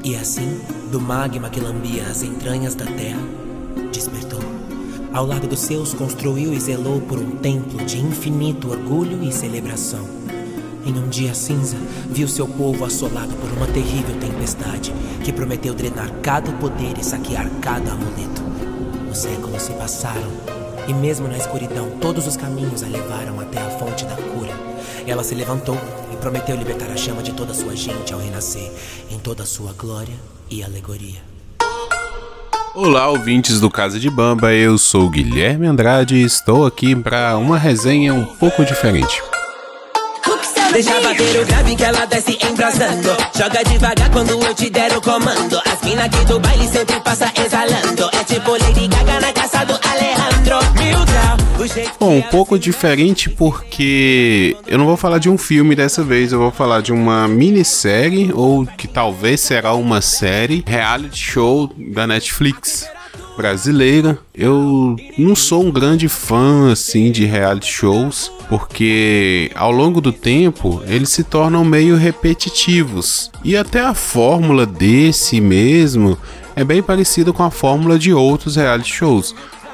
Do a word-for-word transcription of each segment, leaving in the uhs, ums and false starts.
E assim, do magma que lambia as entranhas da terra, despertou. Ao lado dos seus, construiu e zelou por um templo de infinito orgulho e celebração. Em um dia cinza, viu seu povo assolado por uma terrível tempestade que prometeu drenar cada poder e saquear cada amuleto. Os séculos se passaram e mesmo na escuridão todos os caminhos a levaram até a fonte da cura. Ela se levantou e prometeu libertar a chama de toda a sua gente ao renascer em toda a sua glória e alegoria. Olá, ouvintes do Casa de Bamba, eu sou o Guilherme Andrade e estou aqui para uma resenha um pouco diferente. Deixa bater o grave que ela desce embrasando. Joga devagar quando eu te der o comando. As mina aqui do baile sempre passa exalando. É tipo Lady Gaga na caça do Alejandro. Mil grau, o jeito. Bom, um pouco diferente porque eu não vou falar de um filme dessa vez. Eu vou falar de uma minissérie, ou que talvez será uma série, reality show da Netflix brasileira. Eu não sou um grande fã assim de reality shows, porque ao longo do tempo eles se tornam meio repetitivos. E até a fórmula desse mesmo é bem parecida com a fórmula de outros reality shows.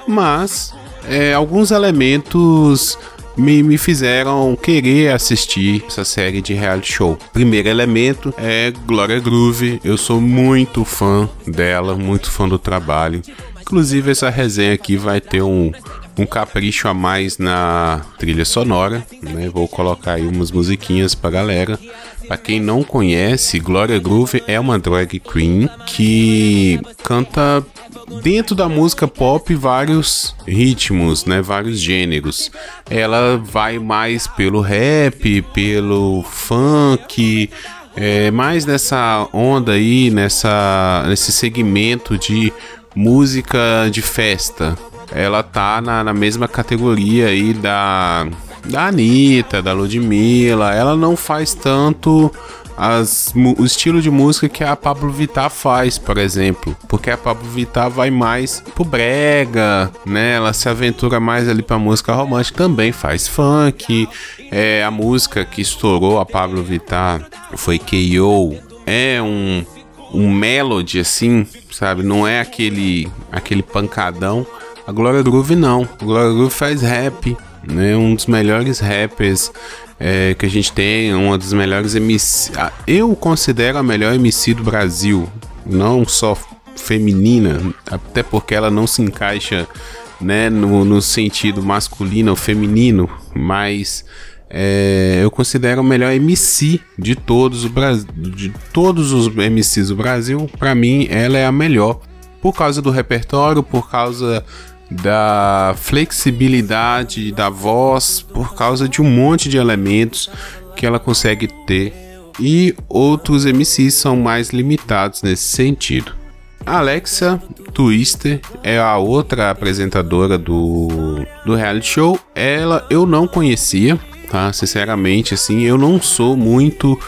Mas é, alguns elementos me, me fizeram querer assistir essa série de reality show. Primeiro elemento é Glória Groove. Eu sou muito fã dela, muito fã do trabalho. Inclusive essa resenha aqui vai ter um, um capricho a mais na trilha sonora, né? Vou colocar aí umas musiquinhas pra galera. Pra quem não conhece, Glória Groove é uma drag queen que canta dentro da música pop vários ritmos, né? Vários gêneros. Ela vai mais pelo rap, pelo funk, é, mais nessa onda aí, nessa, nesse segmento de música de festa. Ela tá na, na mesma categoria aí da, da Anitta, da Ludmilla. Ela não faz tanto as, o estilo de música que a Pablo Vittar faz, por exemplo. Porque a Pablo Vittar vai mais pro brega, né? Ela se aventura mais ali pra música romântica. Também faz funk. É, a música que estourou a Pablo Vittar foi K O. É um... um melody assim, sabe? Não é aquele aquele pancadão. A Glória Groove não. A Glória Groove faz rap, né? Um dos melhores rappers é, que a gente tem, uma das melhores M C. Eu considero a melhor M C do Brasil, não só feminina, até porque ela não se encaixa, né, no, no sentido masculino ou feminino, mas É, eu considero o melhor M C de todos, o Bra- de todos os M Cs do Brasil. Para mim, ela é a melhor por causa do repertório, por causa da flexibilidade da voz, por causa de um monte de elementos que ela consegue ter. E outros M Cs são mais limitados nesse sentido. A Alexa Twister é a outra apresentadora do, do reality show. Ela eu não conhecia, tá? Sinceramente, assim, eu não sou muito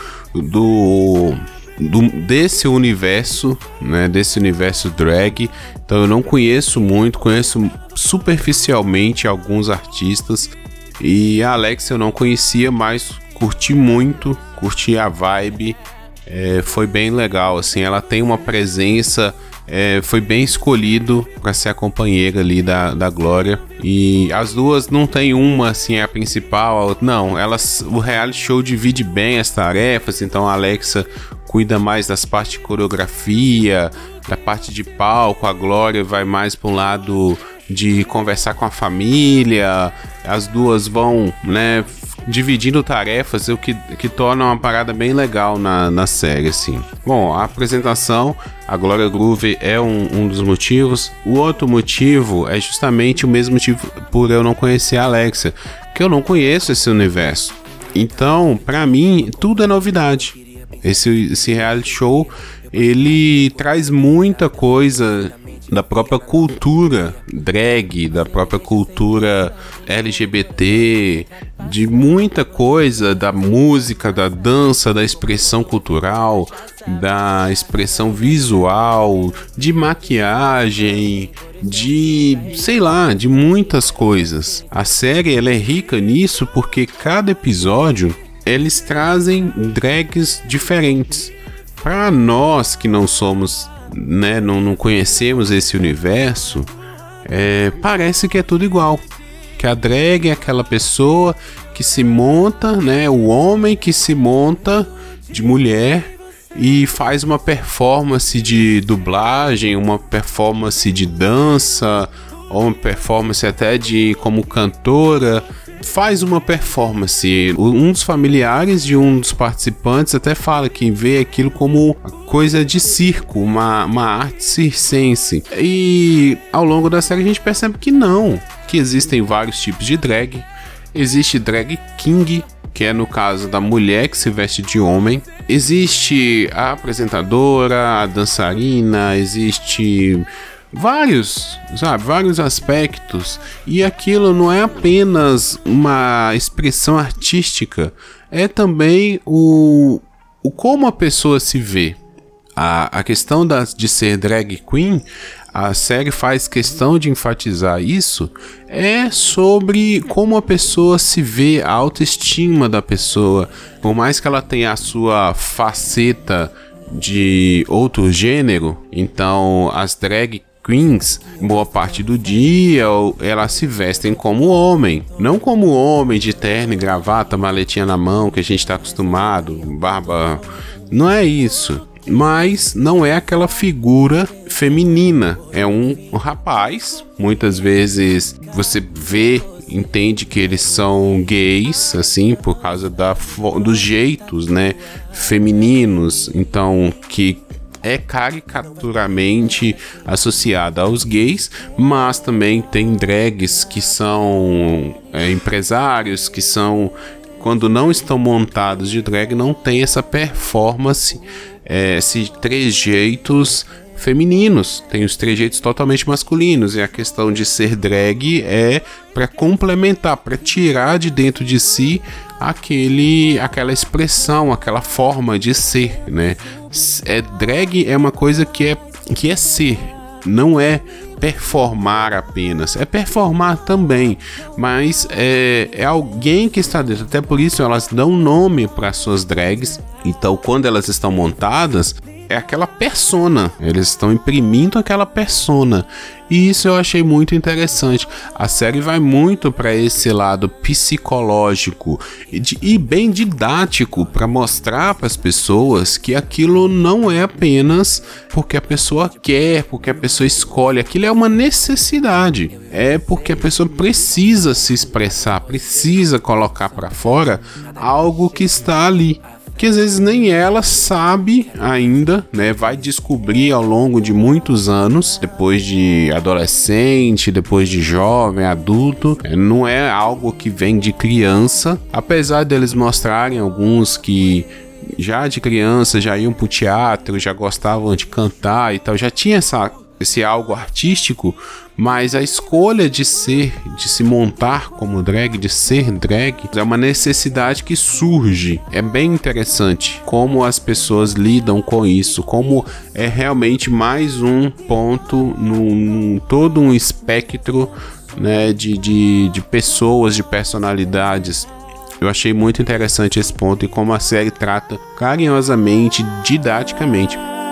do, do desse universo, né? Desse universo drag. Então eu não conheço muito, conheço superficialmente alguns artistas. E a Alexa eu não conhecia, mas curti muito, curti a vibe. É, foi bem legal, assim, ela tem uma presença, é, foi bem escolhido para ser a companheira ali da, da Glória. E as duas não tem uma assim, é a principal, a outra, não, elas, o reality show divide bem as tarefas. Então a Alexa cuida mais das partes de coreografia, da parte de palco, a Glória vai mais para um lado de conversar com a família. As duas vão, né, dividindo tarefas, o que, que torna uma parada bem legal na, na série, assim. Bom, a apresentação, a Glória Groove é um, um dos motivos. O outro motivo é justamente o mesmo motivo por eu não conhecer a Alexa, que eu não conheço esse universo. Então, pra mim, tudo é novidade. Esse, esse reality show, ele traz muita coisa da própria cultura drag, da própria cultura L G B T, de muita coisa, da música, da dança, da expressão cultural, da expressão visual, de maquiagem, de, sei lá, de muitas coisas. A série ela é rica nisso porque cada episódio eles trazem drags diferentes. Para nós que não somos, né, não, não conhecemos esse universo, é, parece que é tudo igual. Que a drag é aquela pessoa que se monta, né, o homem que se monta de mulher e faz uma performance de dublagem, uma performance de dança, ou uma performance até de como cantora, faz uma performance. Um dos familiares de um dos participantes até fala que vê aquilo como coisa de circo, uma, uma arte circense. E ao longo da série a gente percebe que não, que existem vários tipos de drag. Existe drag king, que é no caso da mulher que se veste de homem. Existe a apresentadora, a dançarina, existe vários, sabe, vários aspectos. E aquilo não é apenas uma expressão artística, é também o, o como a pessoa se vê. A, a questão da, de ser drag queen, a série faz questão de enfatizar isso, é sobre como a pessoa se vê, a autoestima da pessoa. Por mais que ela tenha a sua faceta de outro gênero, então as drag queens, boa parte do dia, elas se vestem como homem. Não como homem de terno e gravata, maletinha na mão, que a gente está acostumado, barba. Não é isso. Mas não é aquela figura feminina. É um rapaz. Muitas vezes você vê, entende que eles são gays, assim, por causa da, dos jeitos, né, femininos. Então, que é caricaturamente associada aos gays, mas também tem drags que são é, empresários, que são, quando não estão montados de drag, não tem essa performance, é, esses trejeitos femininos, tem os trejeitos totalmente masculinos, e a questão de ser drag é para complementar, para tirar de dentro de si aquele, aquela expressão, aquela forma de ser, né? É, drag é uma coisa que é, que é ser, não é performar apenas, é performar também, mas é, é alguém que está dentro. Até por isso elas dão nome para suas drags. Então quando elas estão montadas, é aquela persona, eles estão imprimindo aquela persona, e isso eu achei muito interessante. A série vai muito para esse lado psicológico e, de, e bem didático, para mostrar para as pessoas que aquilo não é apenas porque a pessoa quer, porque a pessoa escolhe, aquilo é uma necessidade, é porque a pessoa precisa se expressar, precisa colocar para fora algo que está ali, que às vezes nem ela sabe ainda, né? Vai descobrir ao longo de muitos anos, depois de adolescente, depois de jovem, adulto. Não é algo que vem de criança, apesar deles mostrarem alguns que já de criança já iam pro teatro, já gostavam de cantar e tal, já tinha essa, esse algo artístico, mas a escolha de ser, de se montar como drag, de ser drag, é uma necessidade que surge. É bem interessante como as pessoas lidam com isso, como é realmente mais um ponto num, num todo um espectro, né, de, de, de pessoas, de personalidades. Eu achei muito interessante esse ponto e como a série trata carinhosamente, didaticamente.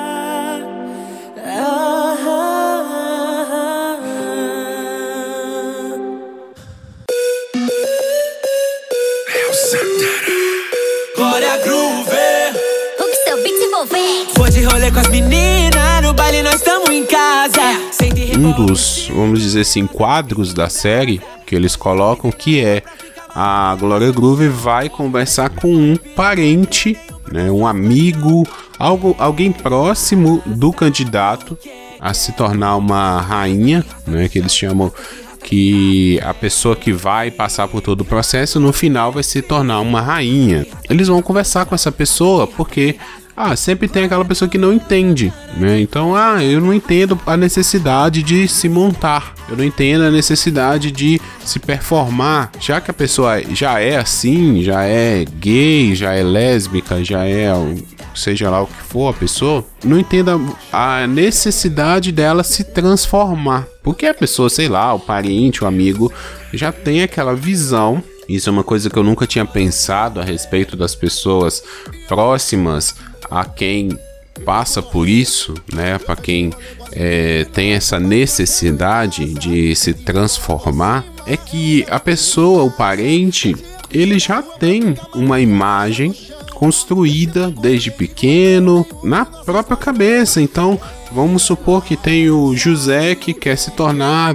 Com as meninas, no baile nós estamos em casa. Um dos, vamos dizer assim, quadros da série que eles colocam, que é a Glória Groove vai conversar com um parente, né, um amigo, algo, alguém próximo do candidato a se tornar uma rainha, né, que eles chamam que a pessoa que vai passar por todo o processo no final vai se tornar uma rainha. Eles vão conversar com essa pessoa porque Ah, sempre tem aquela pessoa que não entende, né? Então, ah, eu não entendo a necessidade de se montar. Eu não entendo a necessidade de se performar. Já que a pessoa já é assim, já é gay, já é lésbica, já é, seja lá o que for a pessoa, não entenda a necessidade dela se transformar. Porque a pessoa, sei lá, o parente, o amigo, já tem aquela visão. Isso é uma coisa que eu nunca tinha pensado a respeito das pessoas próximas a quem passa por isso, né? Para quem é, tem essa necessidade de se transformar, é que a pessoa, o parente, ele já tem uma imagem construída desde pequeno na própria cabeça. Então, vamos supor que tem o José que quer se tornar a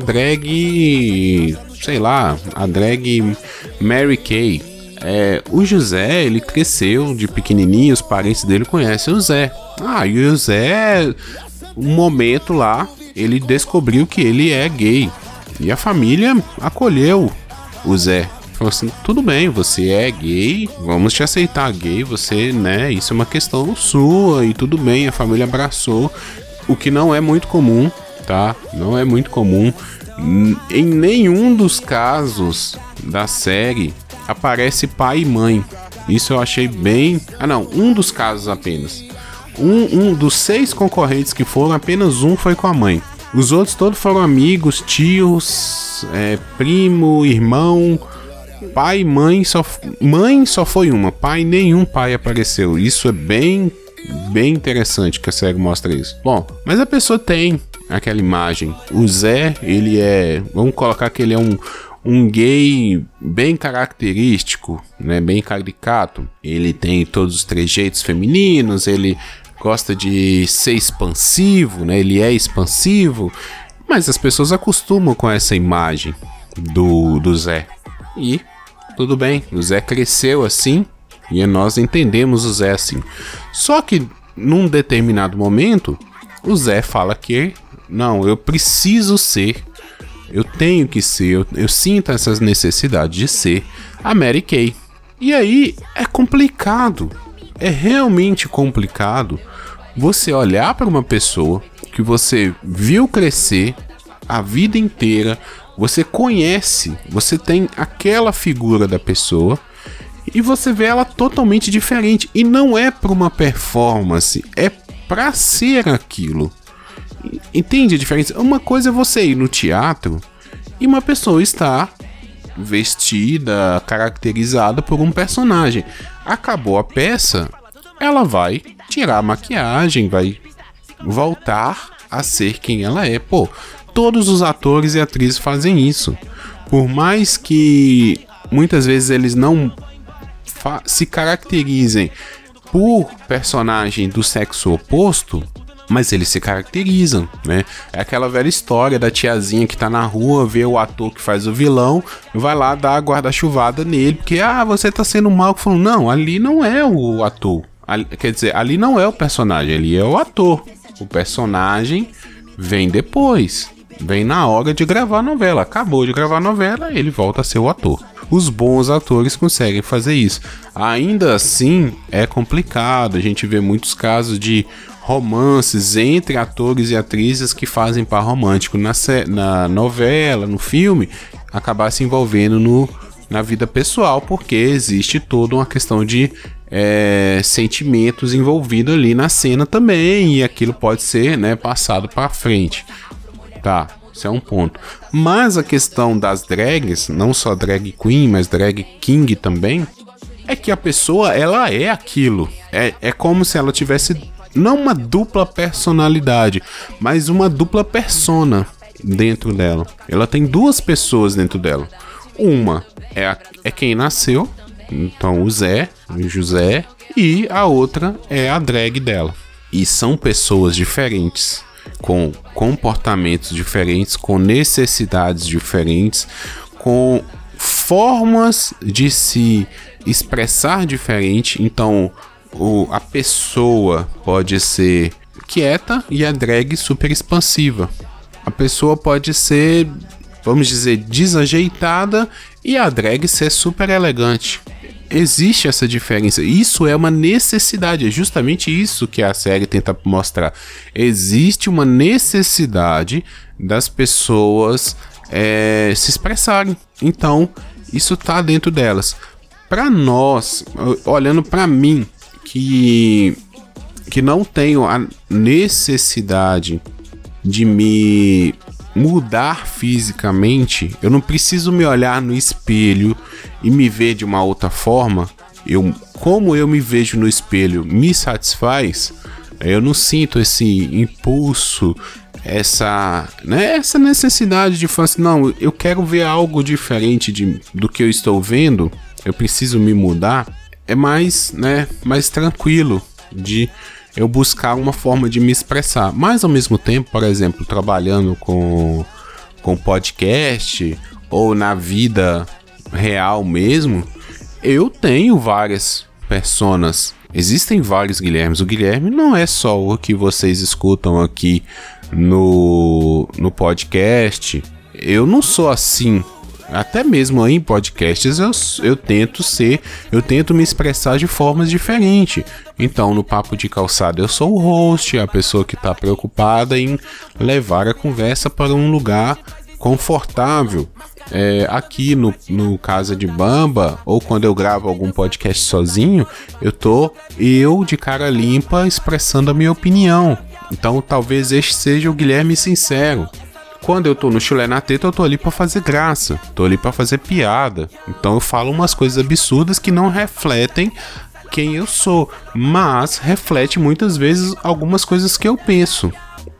drag, sei lá, a drag Mary Kay. É, o José, ele cresceu de pequenininho, os parentes dele conhecem o Zé. Ah, e o Zé, um momento lá, ele descobriu que ele é gay. E a família acolheu o Zé. Falou assim, tudo bem, você é gay, vamos te aceitar gay, você, né, isso é uma questão sua e tudo bem, a família abraçou, o que não é muito comum, tá? Não é muito comum. Em nenhum dos casos da série aparece pai e mãe. Isso eu achei bem... Ah não, um dos casos apenas. Um, um dos seis concorrentes que foram, apenas um foi com a mãe. Os outros todos foram amigos, tios, é, primo, irmão... Pai e mãe só, mãe só foi uma, pai nenhum pai apareceu. Isso é bem, bem interessante que a série mostra isso. Bom, mas a pessoa tem aquela imagem. O Zé, ele é, vamos colocar que ele é um, um gay bem característico, né, bem caricato. Ele tem todos os trejeitos femininos, ele gosta de ser expansivo, né, ele é expansivo. Mas as pessoas acostumam com essa imagem do, do Zé. E tudo bem, o Zé cresceu assim e nós entendemos o Zé assim. Só que num determinado momento, o Zé fala que não, eu preciso ser, eu tenho que ser, eu, eu sinto essa necessidade de ser a Mary Kay. E aí é complicado, é realmente complicado você olhar para uma pessoa que você viu crescer a vida inteira. Você conhece, você tem aquela figura da pessoa e você vê ela totalmente diferente. E não é para uma performance, é para ser aquilo. Entende a diferença? Uma coisa é você ir no teatro e uma pessoa está vestida, caracterizada por um personagem. Acabou a peça, ela vai tirar a maquiagem, vai voltar a ser quem ela é. Pô, todos os atores e atrizes fazem isso. Por mais que muitas vezes eles não fa- se caracterizem por personagem do sexo oposto, mas eles se caracterizam, né? É aquela velha história da tiazinha que tá na rua, vê o ator que faz o vilão, vai lá dar a guarda-chuvada nele, porque, ah, você tá sendo mal. Falando, não, ali não é o ator. Ali, quer dizer, ali não é o personagem, ali é o ator. O personagem vem depois. Vem na hora de gravar a novela. Acabou de gravar a novela, ele volta a ser o ator. Os bons atores conseguem fazer isso. Ainda assim, é complicado. A gente vê muitos casos de romances entre atores e atrizes que fazem par romântico na, na novela, no filme, acabar se envolvendo no, na vida pessoal, porque existe toda uma questão de é, sentimentos envolvidos ali na cena também, e aquilo pode ser, né, passado para frente. Tá, isso é um ponto. Mas a questão das drags, não só drag queen, mas drag king também, é que a pessoa, ela é aquilo. É, é como se ela tivesse, não uma dupla personalidade, mas uma dupla persona dentro dela. Ela tem duas pessoas dentro dela. Uma é, a, é quem nasceu, então o Zé, o José, e a outra é a drag dela. E são pessoas diferentes, com comportamentos diferentes, com necessidades diferentes, com formas de se expressar diferente. Então, o, a pessoa pode ser quieta e a drag super expansiva. A pessoa pode ser, vamos dizer, desajeitada e a drag ser super elegante. Existe essa diferença. Isso é uma necessidade. É justamente isso que a série tenta mostrar. Existe uma necessidade das pessoas é, se expressarem. Então, isso tá dentro delas. Para nós, olhando para mim, que, que não tenho a necessidade de me mudar fisicamente, eu não preciso me olhar no espelho e me ver de uma outra forma. Eu, como eu me vejo no espelho me satisfaz, Eu não sinto esse impulso, essa, né, essa necessidade de falar assim, não, eu quero ver algo diferente de, do que eu estou vendo, eu preciso me mudar. É mais, né, mais tranquilo de eu buscar uma forma de me expressar. Mas ao mesmo tempo, por exemplo, trabalhando com, com podcast ou na vida real mesmo, eu tenho várias personas. Existem vários Guilhermes. O Guilherme não é só o que vocês escutam aqui no, no podcast. Eu não sou assim. Até mesmo em podcasts eu, eu tento ser, eu tento me expressar de formas diferentes. Então no Papo de Calçada eu sou o host, a pessoa que está preocupada em levar a conversa para um lugar confortável. É, aqui no, no Casa de Bamba, ou quando eu gravo algum podcast sozinho, eu tô eu de cara limpa expressando a minha opinião. Então talvez este seja o Guilherme sincero. Quando eu tô no Chulé na Teta, eu tô ali pra fazer graça, tô ali pra fazer piada. Então eu falo umas coisas absurdas que não refletem quem eu sou, mas reflete muitas vezes algumas coisas que eu penso.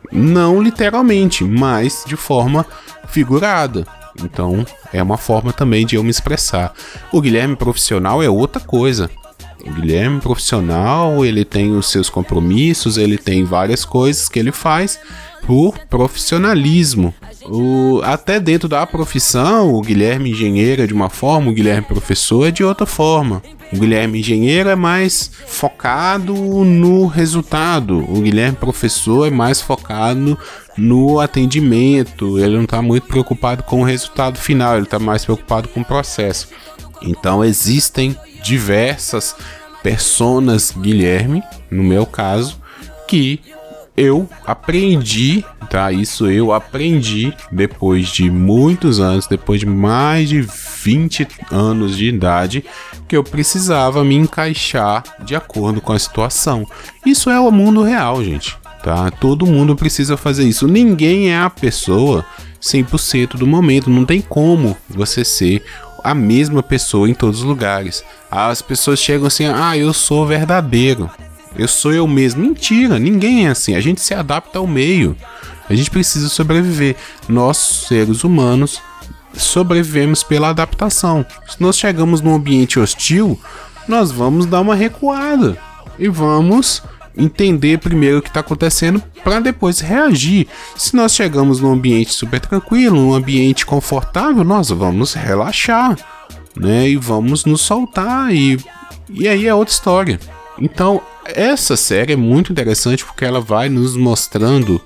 Não literalmente, mas de forma figurada. Então é uma forma também de eu me expressar. O Guilherme profissional é outra coisa. O Guilherme profissional, ele tem os seus compromissos, ele tem várias coisas que ele faz por profissionalismo. O, até dentro da profissão, o Guilherme engenheiro é de uma forma, o Guilherme professor é de outra forma. O Guilherme engenheiro é mais focado no resultado, o Guilherme professor é mais focado no atendimento, ele não está muito preocupado com o resultado final, ele está mais preocupado com o processo. Então existem diversas personas Guilherme, no meu caso, que eu aprendi, tá? Isso eu aprendi depois de muitos anos, depois de mais de vinte anos de idade, que eu precisava me encaixar de acordo com a situação. Isso é o mundo real, gente, tá? Todo mundo precisa fazer isso. Ninguém é a pessoa cem por cento do momento, não tem como você ser a mesma pessoa em todos os lugares. As pessoas chegam assim, ah, eu sou verdadeiro, eu sou eu mesmo. Mentira, ninguém é assim. A gente se adapta ao meio. A gente precisa sobreviver. Nós, seres humanos, sobrevivemos pela adaptação. Se nós chegamos num ambiente hostil, nós vamos dar uma recuada e vamos entender primeiro o que está acontecendo para depois reagir. Se nós chegamos num ambiente super tranquilo, num ambiente confortável, nós vamos relaxar, né? E vamos nos soltar e, e aí é outra história. Então essa série é muito interessante porque ela vai nos mostrando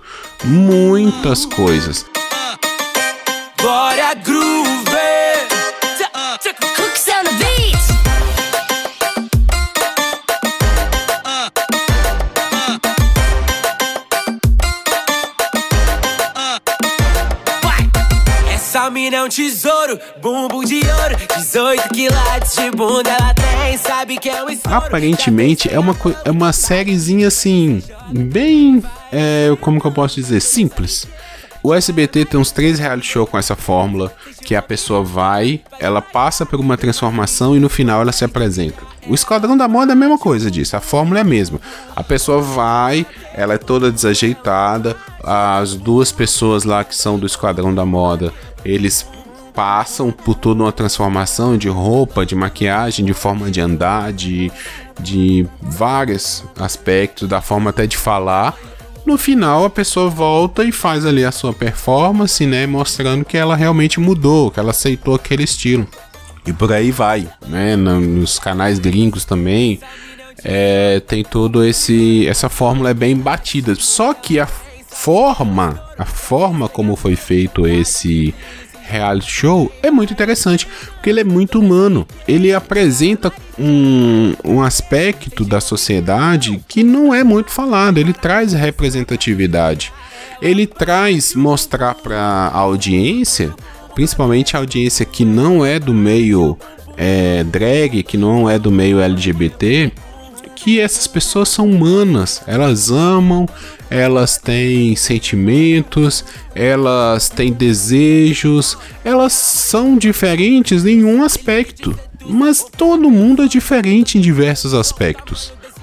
muitas coisas. Bora groove! Cooks on the beat! Essa mina é um tesouro, bumbum de ouro, dezoito quilates de bunda ela tem, sabe que é um estouro. Aparentemente é uma, é uma sériezinha assim, bem, é, como que eu posso dizer, simples. O S B T tem uns três reality show com essa fórmula, que a pessoa vai, ela passa por uma transformação e no final ela se apresenta. O Esquadrão da Moda é a mesma coisa disso, a fórmula é a mesma. A pessoa vai, ela é toda desajeitada, as duas pessoas lá que são do Esquadrão da Moda, eles passam por toda uma transformação de roupa, de maquiagem, de forma de andar, de, de vários aspectos, da forma até de falar. No final a pessoa volta e faz ali a sua performance, né, mostrando que ela realmente mudou, que ela aceitou aquele estilo. E por aí vai, né, nos canais gringos também, é, tem todo esse, essa fórmula é bem batida. Só que a forma, a forma como foi feito esse reality show é muito interessante, porque ele é muito humano, ele apresenta um, um aspecto da sociedade que não é muito falado, ele traz representatividade, ele traz mostrar para a audiência, principalmente a audiência que não é do meio é, drag, que não é do meio L G B T, que essas pessoas são humanas, elas amam, elas têm sentimentos, elas têm desejos, elas são diferentes em um aspecto, mas todo mundo é diferente em diversos aspectos.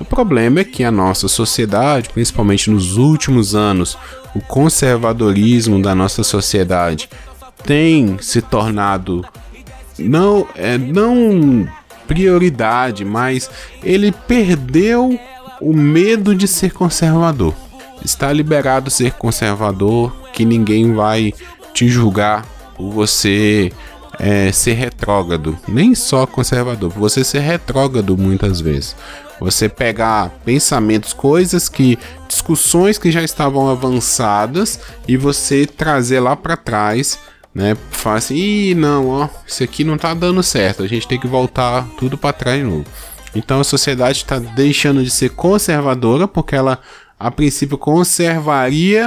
O problema é que a nossa sociedade, principalmente nos últimos anos, o conservadorismo da nossa sociedade tem se tornado não, é, não prioridade, mas ele perdeu o medo de ser conservador. Está liberado ser conservador, que ninguém vai te julgar por você é, ser retrógrado. Nem só conservador, por você ser retrógrado muitas vezes. Você pegar pensamentos, coisas que, discussões que já estavam avançadas e você trazer lá para trás, né? Fala assim, ih, não, ó, isso aqui não tá dando certo, a gente tem que voltar tudo para trás de novo. Então a sociedade está deixando de ser conservadora porque ela, a princípio, conservaria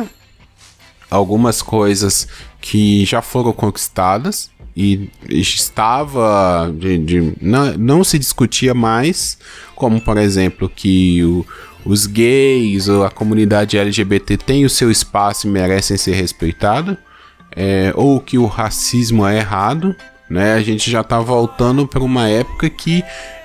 algumas coisas que já foram conquistadas e estava de, de, não, não se discutia mais, como por exemplo que o, os gays ou a comunidade L G B T têm o seu espaço e merecem ser respeitados, é, ou que o racismo é errado, né? A gente já está voltando para uma época que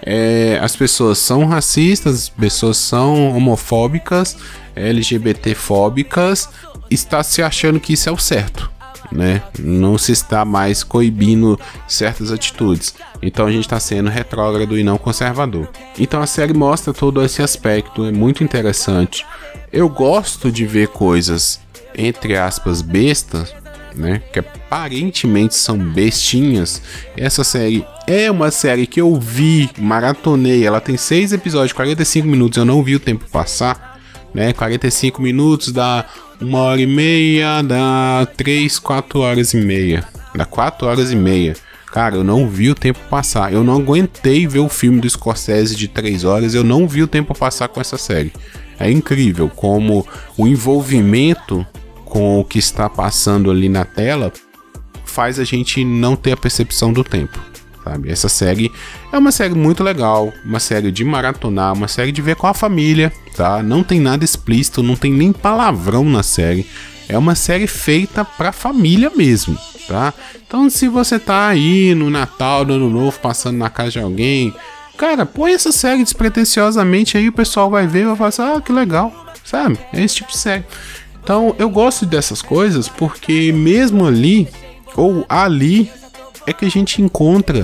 é, as pessoas são racistas, as pessoas são homofóbicas, L G B T fóbicas, está se achando que isso é o certo, né? Não se está mais coibindo certas atitudes. Então a gente está sendo retrógrado e não conservador. Então a série mostra todo esse aspecto, é muito interessante. Eu gosto de ver coisas, entre aspas, bestas, né? Que aparentemente são bestinhas. Essa série é uma série que eu vi, maratonei. Ela tem seis episódios, quarenta e cinco minutos. Eu não vi o tempo passar, né? quarenta e cinco minutos dá uma hora e meia, dá três, quatro horas e meia. Dá quatro horas e meia. Cara, eu não vi o tempo passar. Eu não aguentei ver o filme do Scorsese de três horas. Eu não vi o tempo passar com essa série. É incrível como o envolvimento com o que está passando ali na tela faz a gente não ter a percepção do tempo, sabe? Essa série é uma série muito legal, uma série de maratonar, uma série de ver com a família, tá? Não tem nada explícito, não tem nem palavrão na série. É uma série feita pra família mesmo, tá? Então se você tá aí no Natal, no Ano Novo, passando na casa de alguém, cara, põe essa série despretensiosamente aí, o pessoal vai ver e vai falar assim, ah, que legal, sabe? É esse tipo de série. Então eu gosto dessas coisas porque mesmo ali, ou ali, é que a gente encontra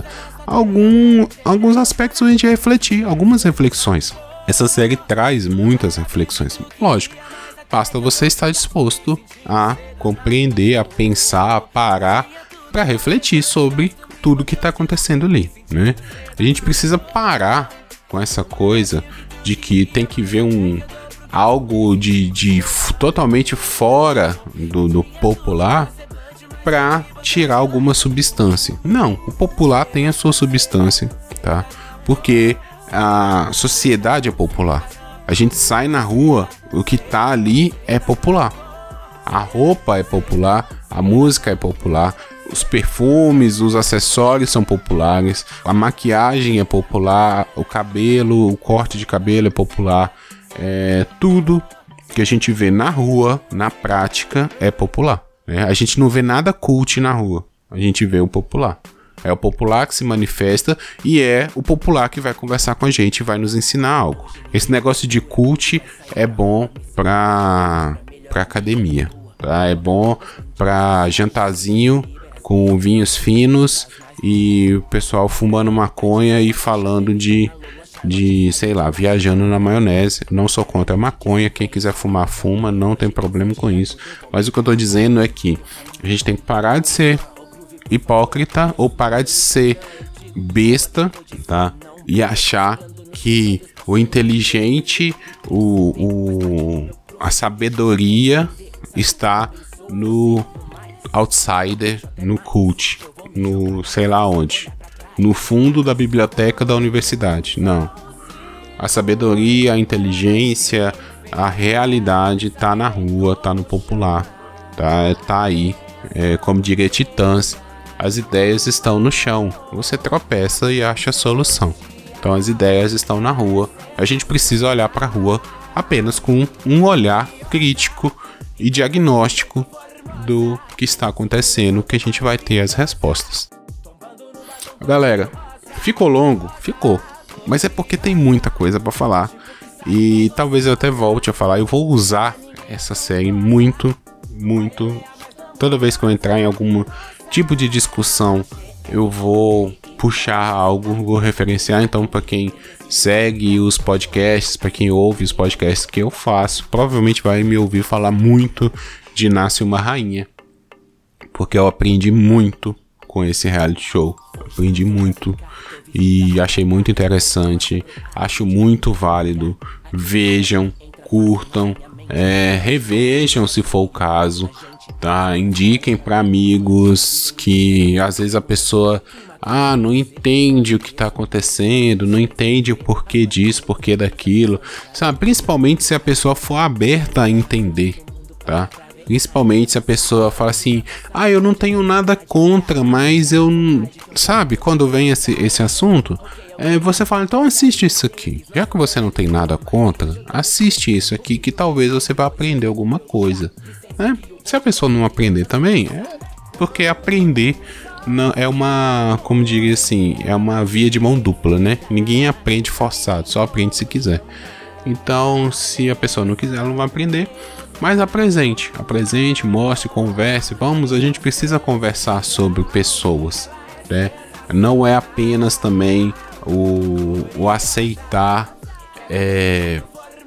algum, alguns aspectos pra gente refletir, algumas reflexões. Essa série traz muitas reflexões. Lógico, basta você estar disposto a compreender, a pensar, a parar para refletir sobre tudo que está acontecendo ali, né? A gente precisa parar com essa coisa de que tem que ver um... algo de, de totalmente fora do, do popular para tirar alguma substância. Não, o popular tem a sua substância, tá? Porque a sociedade é popular. A gente sai na rua, o que tá ali é popular. A roupa é popular, a música é popular, os perfumes, os acessórios são populares, a maquiagem é popular, o cabelo, o corte de cabelo é popular. É, tudo que a gente vê na rua, na prática, é popular, né? A gente não vê nada cult na rua, a gente vê o popular. É o popular que se manifesta e é o popular que vai conversar com a gente e vai nos ensinar algo. Esse negócio de cult é bom pra, pra academia, tá? É bom pra jantarzinho com vinhos finos e o pessoal fumando maconha e falando de... de, sei lá, viajando na maionese. Não sou contra a maconha, quem quiser fumar, fuma, não tem problema com isso. Mas o que eu tô dizendo é que a gente tem que parar de ser hipócrita ou parar de ser besta, tá? E achar que o inteligente, o, o, a sabedoria está no outsider, no cult, no sei lá onde. No fundo da biblioteca da universidade. Não. A sabedoria, a inteligência, a realidade tá na rua, tá no popular, tá, tá aí. É, como diria Titãs, as ideias estão no chão. Você tropeça e acha a solução. Então as ideias estão na rua. A gente precisa olhar para a rua apenas com um olhar crítico e diagnóstico do que está acontecendo, que a gente vai ter as respostas. Galera, ficou longo? Ficou. Mas é porque tem muita coisa pra falar. E talvez eu até volte a falar. Eu vou usar essa série muito, muito. Toda vez que eu entrar em algum tipo de discussão, eu vou puxar algo, vou referenciar. Então, para quem segue os podcasts, para quem ouve os podcasts que eu faço, provavelmente vai me ouvir falar muito de Nasce uma Rainha, porque eu aprendi muito com esse reality show. Aprendi muito e achei muito interessante, acho muito válido. Vejam, curtam, é, revejam se for o caso, tá? Indiquem para amigos que às vezes a pessoa ah, não entende o que tá acontecendo, não entende o porquê disso, porquê daquilo, sabe? Principalmente se a pessoa for aberta a entender, tá? Principalmente se a pessoa fala assim, ah, eu não tenho nada contra, mas eu, sabe, quando vem esse, esse assunto, é, você fala, então assiste isso aqui. Já que você não tem nada contra, assiste isso aqui que talvez você vá aprender alguma coisa, né? Se a pessoa não aprender também, é porque aprender não, é uma, como diria assim, é uma via de mão dupla, né? Ninguém aprende forçado, só aprende se quiser. Então, se a pessoa não quiser, ela não vai aprender. Mas apresente, apresente, mostre, converse. Vamos, a gente precisa conversar sobre pessoas, né? Não é apenas também o, o aceitar é,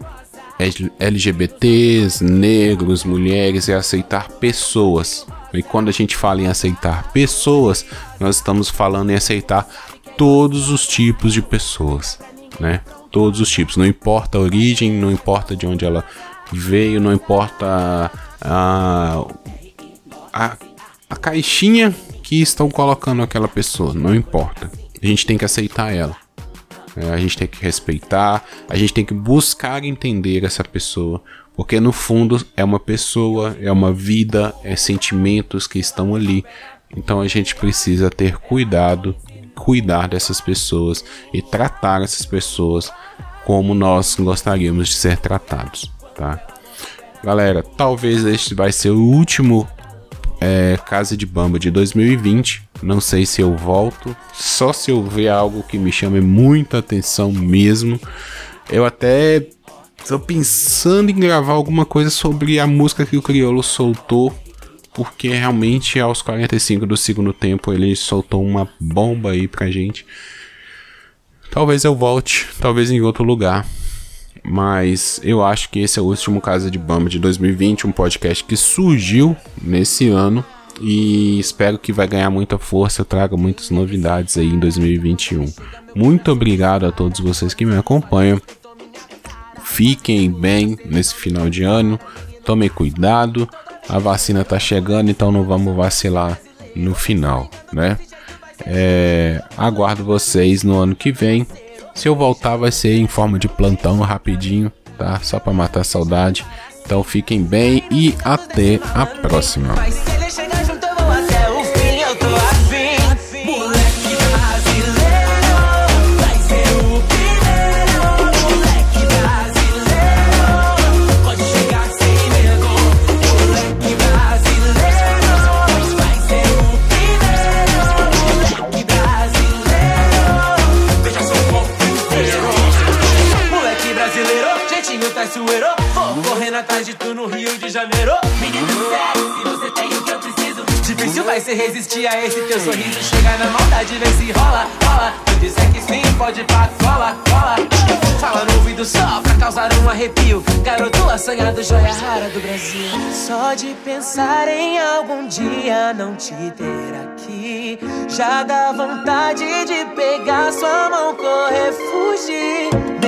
L G B Ts, negros, mulheres, é aceitar pessoas. E quando a gente fala em aceitar pessoas, nós estamos falando em aceitar todos os tipos de pessoas, né? Todos os tipos, não importa a origem, não importa de onde ela veio, não importa a, a, a caixinha que estão colocando aquela pessoa, não importa. A gente tem que aceitar ela, é, a gente tem que respeitar, a gente tem que buscar entender essa pessoa, porque no fundo é uma pessoa, é uma vida, é sentimentos que estão ali. Então a gente precisa ter cuidado, cuidar dessas pessoas e tratar essas pessoas como nós gostaríamos de ser tratados, tá? Galera, talvez este vai ser o último é, Casa de Bamba de dois mil e vinte. Não sei se eu volto, só se eu ver algo que me chame muita atenção mesmo. Eu até tô pensando em gravar alguma coisa sobre a música que o Criolo soltou, porque realmente aos quarenta e cinco do segundo tempo ele soltou uma bomba aí pra gente. Talvez eu volte, talvez em outro lugar, mas eu acho que esse é o último Casa de Bamba de dois mil e vinte, um podcast que surgiu nesse ano e espero que vai ganhar muita força, traga muitas novidades aí em dois mil e vinte e um. Muito obrigado a todos vocês que me acompanham. Fiquem bem nesse final de ano, tomem cuidado, a vacina tá chegando, então não vamos vacilar no final, né? É, aguardo vocês no ano que vem. Se eu voltar vai ser em forma de plantão rapidinho, tá? Só pra matar a saudade. Então fiquem bem e até a próxima. Vou correndo atrás de tu no Rio de Janeiro. Menino sexy, você tem o que eu preciso. Difícil vai ser resistir a esse teu sorriso. Chegar na maldade, vê se rola, rola. Tu disser que sim, pode pá, cola, cola. Fala no ouvido só pra causar um arrepio. Garoto assanhado, joia rara do Brasil. Só de pensar em algum dia não te ter aqui, já dá vontade de pegar sua mão, correr, fugir.